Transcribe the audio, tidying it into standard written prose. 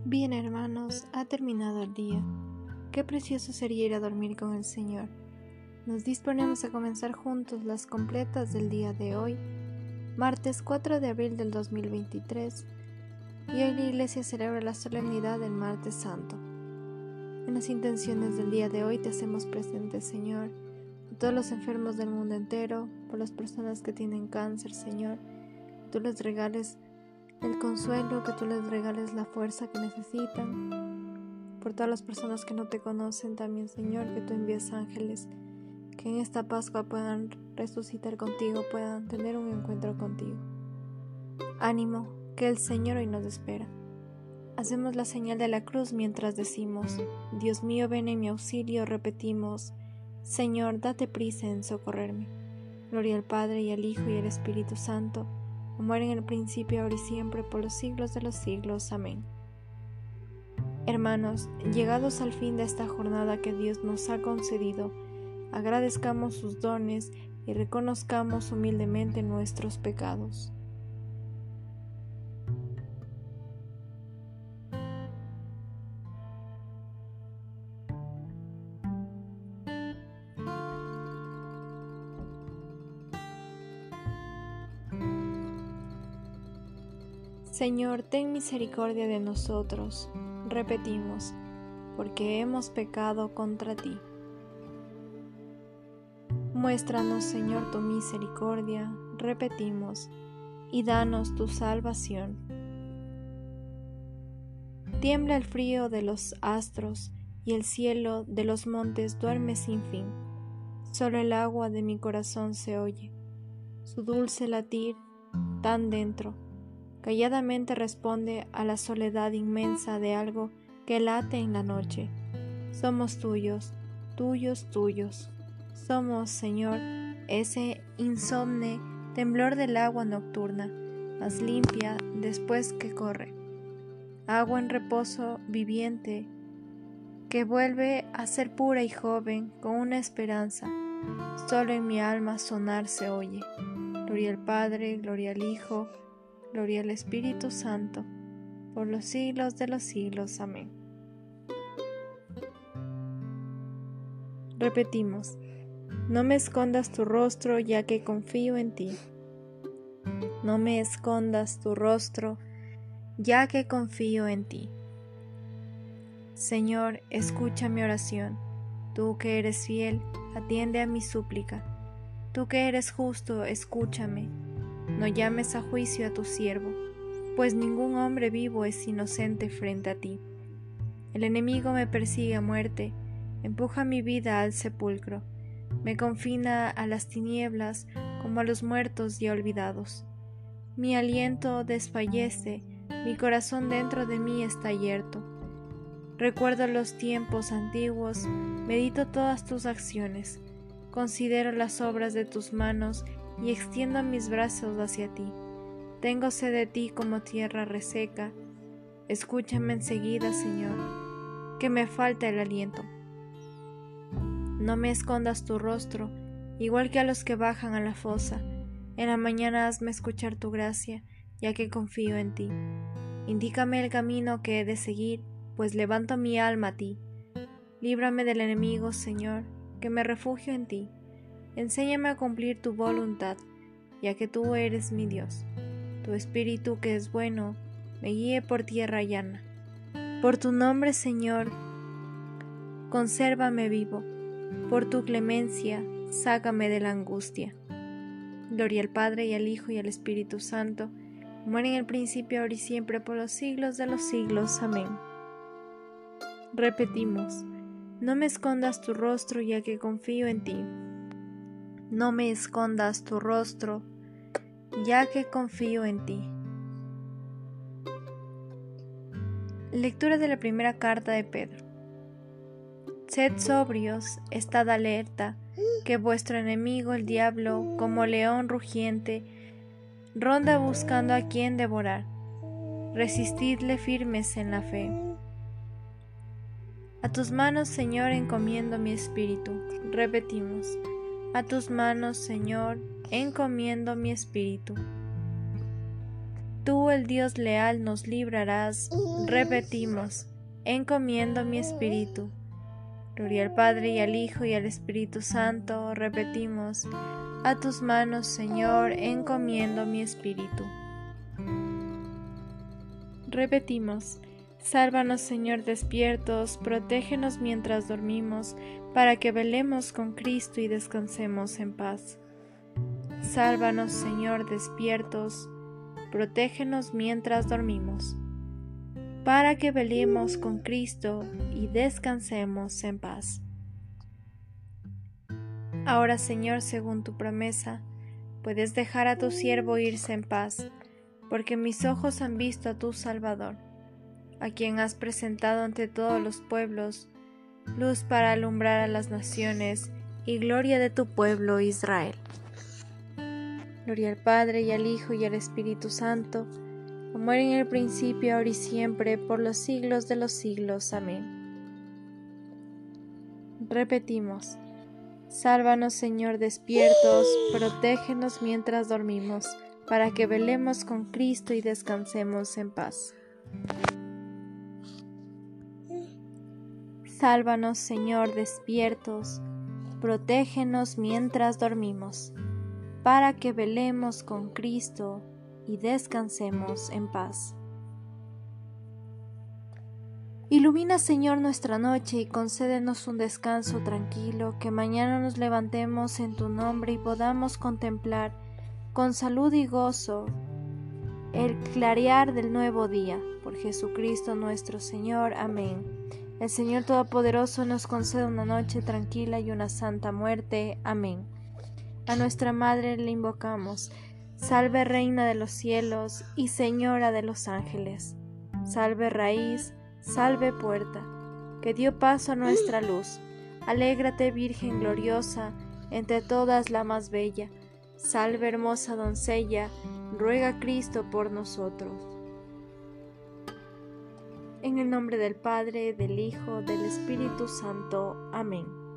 Bien, hermanos, ha terminado el día. Qué precioso sería ir a dormir con el Señor. Nos disponemos a comenzar juntos las completas del día de hoy, martes 4 de abril del 2023, y hoy la Iglesia celebra la solemnidad del Martes Santo. En las intenciones del día de hoy te hacemos presente, Señor, a todos los enfermos del mundo entero, por las personas que tienen cáncer, Señor, que tú les regales el consuelo, que tú les regales la fuerza que necesitan. Por todas las personas que no te conocen también, Señor, que tú envíes ángeles, que en esta Pascua puedan resucitar contigo, puedan tener un encuentro contigo. Ánimo, que el Señor hoy nos espera. Hacemos la señal de la cruz mientras decimos: Dios mío, ven en mi auxilio. Repetimos: Señor, date prisa en socorrerme. Gloria al Padre, y al Hijo, y al Espíritu Santo, como era en el principio, ahora y siempre, por los siglos de los siglos. Amén. Hermanos, llegados al fin de esta jornada que Dios nos ha concedido, agradezcamos sus dones y reconozcamos humildemente nuestros pecados. Señor, ten misericordia de nosotros. Repetimos: porque hemos pecado contra ti. Muéstranos, Señor, tu misericordia. Repetimos: y danos tu salvación. Tiembla el frío de los astros, y el cielo de los montes duerme sin fin. Solo el agua de mi corazón se oye, su dulce latir tan dentro. Calladamente responde a la soledad inmensa de algo que late en la noche. Somos tuyos, tuyos, tuyos. Somos, Señor, ese insomne temblor del agua nocturna, más limpia después que corre. Agua en reposo viviente, que vuelve a ser pura y joven con una esperanza. Solo en mi alma sonar se oye. Gloria al Padre, gloria al Hijo, gloria al Espíritu Santo, por los siglos de los siglos. Amén. Repetimos: no me escondas tu rostro, ya que confío en ti. No me escondas tu rostro, ya que confío en ti. Señor, escucha mi oración. Tú que eres fiel, atiende a mi súplica. Tú que eres justo, escúchame. No llames a juicio a tu siervo, pues ningún hombre vivo es inocente frente a ti. El enemigo me persigue a muerte, empuja mi vida al sepulcro, me confina a las tinieblas como a los muertos ya olvidados. Mi aliento desfallece, mi corazón dentro de mí está yerto. Recuerdo los tiempos antiguos, medito todas tus acciones, considero las obras de tus manos y extiendo mis brazos hacia ti. Tengo sed de ti como tierra reseca. Escúchame enseguida, Señor, que me falta el aliento. No me escondas tu rostro, igual que a los que bajan a la fosa. En la mañana hazme escuchar tu gracia, ya que confío en ti. Indícame el camino que he de seguir, pues levanto mi alma a ti. Líbrame del enemigo, Señor, que me refugio en ti. Enséñame a cumplir tu voluntad, ya que tú eres mi Dios. Tu Espíritu, que es bueno, me guíe por tierra llana. Por tu nombre, Señor, consérvame vivo. Por tu clemencia, sácame de la angustia. Gloria al Padre, y al Hijo, y al Espíritu Santo, como era en el principio, ahora y siempre, por los siglos de los siglos. Amén. Repetimos: no me escondas tu rostro, ya que confío en ti. No me escondas tu rostro, ya que confío en ti. Lectura de la primera carta de Pedro. Sed sobrios, estad alerta, que vuestro enemigo el diablo, como león rugiente, ronda buscando a quien devorar. Resistidle firmes en la fe. A tus manos, Señor, encomiendo mi espíritu. Repetimos: a tus manos, Señor, encomiendo mi espíritu. tú, el Dios leal, nos librarás. Repetimos, encomiendo mi espíritu. Gloria al Padre y al Hijo y al Espíritu Santo. Repetimos, a tus manos, Señor, encomiendo mi espíritu. Repetimos, sálvanos, Señor, despiertos, protégenos mientras dormimos, para que velemos con Cristo y descansemos en paz. Sálvanos, Señor, despiertos, protégenos mientras dormimos, para que velemos con Cristo y descansemos en paz. Ahora, Señor, según tu promesa, puedes dejar a tu siervo irse en paz, porque mis ojos han visto a tu Salvador, a quien has presentado ante todos los pueblos, luz para alumbrar a las naciones y gloria de tu pueblo Israel. Gloria al Padre y al Hijo y al Espíritu Santo, como era en el principio, ahora y siempre, por los siglos de los siglos. Amén. Repetimos, sálvanos, Señor, despiertos, protégenos mientras dormimos, para que velemos con Cristo y descansemos en paz. Sálvanos, Señor, despiertos, protégenos mientras dormimos, para que velemos con Cristo y descansemos en paz. Ilumina, Señor, nuestra noche y concédenos un descanso tranquilo, que mañana nos levantemos en tu nombre y podamos contemplar con salud y gozo el clarear del nuevo día. Por Jesucristo nuestro Señor. Amén. El Señor Todopoderoso nos concede una noche tranquila y una santa muerte. Amén. A nuestra Madre le invocamos. Salve, Reina de los cielos y Señora de los ángeles. Salve, raíz, salve, puerta, que dio paso a nuestra luz. Alégrate, Virgen gloriosa, entre todas la más bella. Salve, hermosa doncella, ruega Cristo por nosotros. En el nombre del Padre, del Hijo, del Espíritu Santo. Amén.